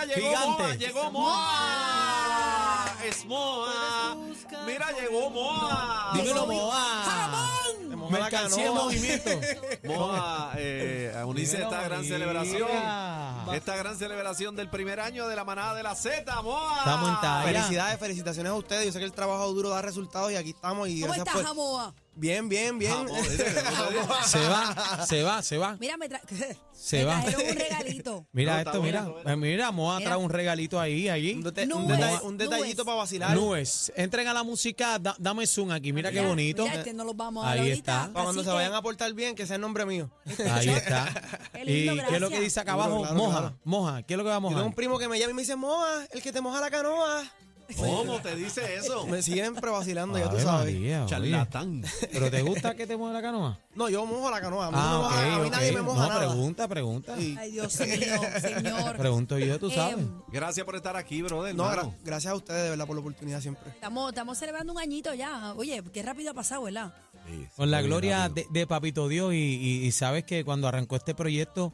llegó Gigante. Moa, llegó Moa. Es Moa. Mira, llegó Moa. Dímelo, Moa. Mercancía en movimiento. Moa, a unirse a esta gran celebración. Mira. Esta gran celebración del primer año de la manada de la Z, Moa. Estamos en talla. Felicidades, felicitaciones a ustedes. Yo sé que el trabajo duro da resultados y aquí estamos. Y ¿Cómo gracias estás, por... Jamoa? Bien, bien, bien. Se va. Mira, Se me va. trajeron un regalito. Mira No, esto, está mira. bueno. Mira, Moa Mira. trae un regalito allí. Un detallito para vacilar. Nubes. Entren a la música, dame zoom aquí. Mira qué bonito. Mira, nos los vamos a dar Ahí ahorita. está. Para cuando Así se que, vayan a portar bien, que sea el nombre mío. Ahí está. Qué lindo, ¿Y qué es lo que gracias. dice acá abajo? Claro, Moja, claro. moja. ¿Qué es lo que va a Yo tengo mojar? un primo que me llama y me dice, Moa, el que te moja la canoa. ¿Cómo te dice eso? Me siempre vacilando, ya tú Ave sabes. María, oye. Charlatán. ¿Pero te gusta que te mueva la canoa? No, yo mojo la canoa. A mí, no me moja, a mí ok. nadie me moja No, nada. pregunta. Sí. Ay, Dios mío, señor. Pregunto yo, tú sabes. Gracias por estar aquí, brother. No, hermano. gracias a ustedes, de verdad, por la oportunidad siempre. Estamos celebrando un añito ya. Oye, qué rápido ha pasado, ¿verdad? Sí, Con la muy gloria rápido. de Papito Dios y sabes que cuando arrancó este proyecto,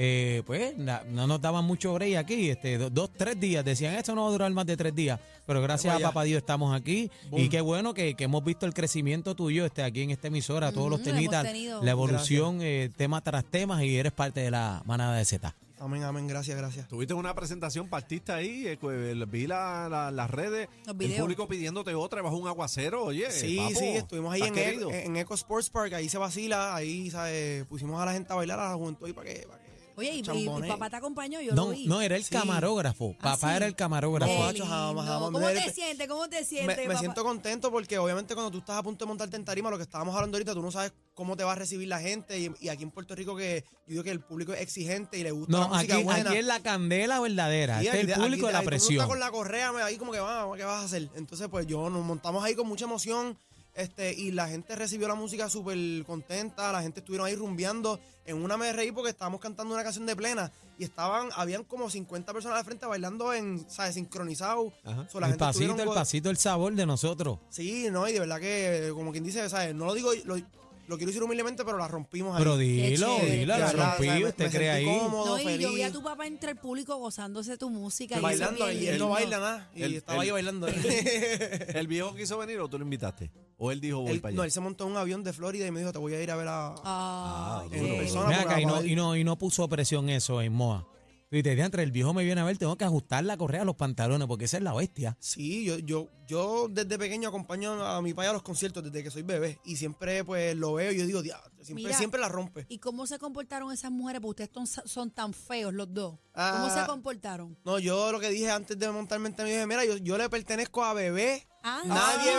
pues no nos daban mucho break aquí, 2, 3 días, decían esto no va a durar más de 3 días, pero gracias a Vamos allá. Papá Dios estamos aquí Boom. y qué bueno que hemos visto el crecimiento tuyo aquí en esta emisora, todos los Ujú, temitas, hemos tenido. la evolución, tema tras temas y eres parte de la manada de Z. Amén, amén, gracias. Tuviste una presentación partista ahí, vi las redes, Los el videos. público pidiéndote otra bajo un aguacero, oye. Sí, papo, sí, estuvimos ahí ¿estás querido? en Eco Sports Park, ahí se vacila, ahí, ¿sabes? Pusimos a la gente a bailar, a la juventud ahí para que Oye, y chamboneen. papá te acompañó, yo No, lo vi. no, era el Sí. camarógrafo, papá sí. era el camarógrafo. Qué No, lindo. jamás. ¿Cómo Mira, te sientes? ¿Cómo te sientes, Me papá? siento contento porque obviamente cuando tú estás a punto de montarte en tarima, lo que estábamos hablando ahorita, tú no sabes cómo te va a recibir la gente y aquí en Puerto Rico que yo digo que el público es exigente y le gusta la No, música buena. aquí es la candela verdadera, Sí, este es el aquí- público de la aquí todo el mundo presión. está con la correa, ahí como que ¿qué vas a hacer? Entonces, pues yo nos montamos ahí con mucha emoción, y la gente recibió la música súper contenta, la gente estuvieron ahí rumbeando. En una me reí porque estábamos cantando una canción de plena y habían como 50 personas al frente bailando ¿sabes? Sincronizado. Ajá. So, la El gente pasito, estuvieron el pasito, el sabor de nosotros. Sí, no, y de verdad que, como quien dice, ¿sabes? No lo digo, lo quiero decir humildemente, pero la rompimos ahí. Pero dilo, chévere. dilo, De la verdad, rompí, ¿sabes? usted Me cree sentí ahí. cómodo, No, y yo feliz. vi a tu papá entre el público gozándose tu música. y eso Bailando, bien y él no lindo. baila nada, y estaba ahí bailando. ¿El viejo quiso venir o tú lo invitaste? ¿O él dijo voy para allá? No, él se montó en un avión de Florida y me dijo, te voy a ir a ver Ah, Ah, qué duro. en lindo. persona. Ven porque acá, vamos a ir. y no puso presión eso en Moa. Y te entre el viejo me viene a ver, tengo que ajustar la correa a los pantalones porque esa es la bestia. Sí, yo desde pequeño acompaño a mi padre a los conciertos desde que soy bebé y siempre pues lo veo y yo digo, diablo, Mira. siempre la rompe. ¿Y cómo se comportaron esas mujeres? Porque ustedes son tan feos los dos. Ah. ¿Cómo se comportaron? No, yo lo que dije antes de montarme en tarima, dije, mira, yo le pertenezco a bebé. Ah. Nadie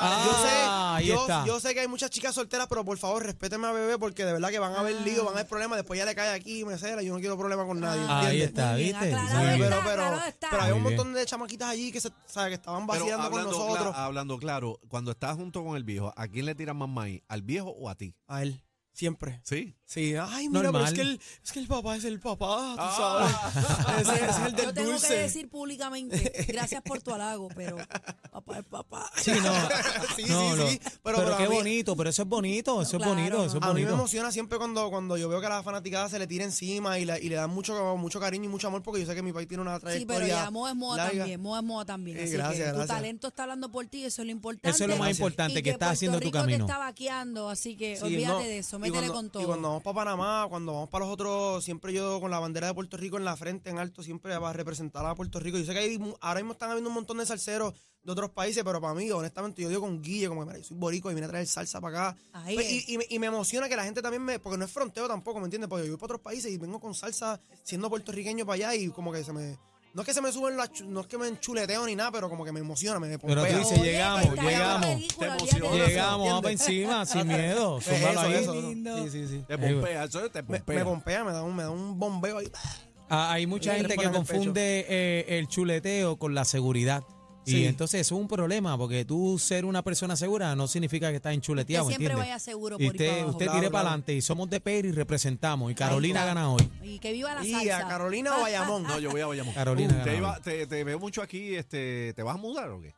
ahí está. yo sé que hay muchas chicas solteras, pero por favor, respétenme a bebé porque de verdad que van a haber lío, van a haber problemas, después ya le cae aquí, me cela, yo no quiero problemas con nadie. Ahí ¿entiendes? está, Muy bien, ¿viste? aclarado Muy bien. está, Pero claro está. había un Muy montón de chamaquitas allí que que estaban Pero vacilando con nosotros. hablando claro, cuando estás junto con el viejo, ¿a quién le tiran más maíz? ¿Al viejo o a ti? A él, siempre. ¿Sí? Sí, ay, mira, pero Normal. es que el papá es el papá, tú sabes. Ese es el Yo del tengo dulce. que decir públicamente, gracias por tu halago, pero papá es papá. Sí, no. Sí, no, sí, no. sí. Pero a qué mí- bonito, pero eso es bonito, eso Claro. es bonito, eso es A mí me bonito. emociona siempre cuando yo veo que a la fanaticada se le tira encima y le dan mucho cariño y mucho amor porque yo sé que mi país tiene una Sí, trayectoria pero ya Moa es Moa larga. también, Moa es Moa también. Sí, Así gracias, que tu gracias. talento está hablando por ti, eso es lo importante. Eso es lo más Gracias. importante, Y que estás haciendo tu Puerto Rico camino. te está vaqueando, así que Sí, olvídate no, de eso, y métele cuando- con todo. Y cuando vamos para Panamá, cuando vamos para los otros, siempre yo con la bandera de Puerto Rico en la frente, en alto, siempre va a representar a Puerto Rico. Yo sé que ahora mismo están habiendo un montón de salseros de otros países, pero para mí, honestamente, yo digo con Guille, como que mira, yo soy borico y vine a traer salsa para acá. Ahí Pues, es. y me emociona que la gente también porque no es fronteo tampoco, ¿me entiendes? Porque yo voy para otros países y vengo con salsa siendo puertorriqueño para allá y como que no es que se me suben no es que me enchuleteo ni nada, pero como que me emociona, me Pero tú pompea. dices, Oye, llegamos, que está en llegamos. la película, Te olvídate de emociona. eso. Llegamos, vamos para encima, sin miedo. Zúmbalo ahí. Eso, lindo. Sí, sí, sí. Te pompea, eso te Me pompea. pompea, me da un bombeo ahí. Hay mucha Me gente que trepan en el confunde el chuleteo con la seguridad. Y Sí. entonces eso es un problema, porque tú ser una persona segura no significa que estás enchuleteado, Usted siempre ¿entiendes? vaya seguro Y por ir para abajo. usted Claro, tire para claro. adelante y somos de Peri y representamos. Y Carolina está. gana hoy. Y que viva la Y salsa. a Carolina o Bayamón. No, yo voy a Bayamón. Carolina Te, gana hoy. te veo mucho aquí, ¿te vas a mudar o qué?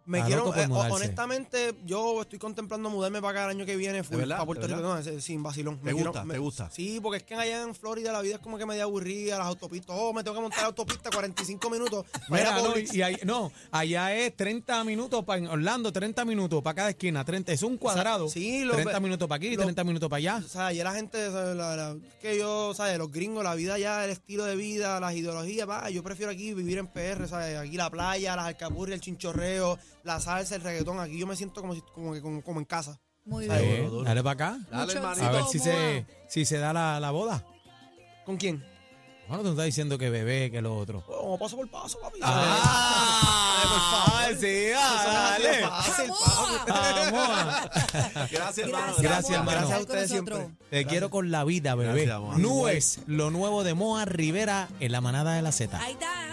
Me Está quiero, loco por mudarse. honestamente, yo estoy contemplando mudarme para acá el año que viene, full, verdad? para Puerto ¿De Rico, verdad? no, sin vacilón. ¿Te gusta? ¿Te gusta? Sí, porque es que allá en Florida la vida es como que media aburrida, las autopistas, me tengo que montar la autopista 45 minutos para ir a Mira, no, Publix. allá es 30 minutos en Orlando, 30 minutos para cada esquina, 30, es un cuadrado. Sí, 30 minutos para aquí, 30 minutos para allá. O sea, allá la gente, que yo, ¿sabes? Los gringos, la vida ya, el estilo de vida, las ideologías, yo prefiero aquí vivir en PR, ¿sabes? Aquí la playa, las alcapurrias, el chinchorreo, la salsa, el reggaetón, aquí yo me siento como en casa. Muy Duro, bien. duro. Dale para acá. Dale, Mucho hermanito. A ver éxito, si se da la boda. ¿Con quién? Bueno, tú estás diciendo que bebé, que lo otro. Oh, paso por paso, papi. Ah, sí, dale. Fácil, ¡Vamos! Vamos. Gracias, hermano. Gracias, Moa, hermano. por Gracias a estar con ustedes nosotros. siempre. Te quiero con la vida, bebé. Gracias, amor. Nubes, lo nuevo de Moa Rivera en la manada de la Z. Ahí está.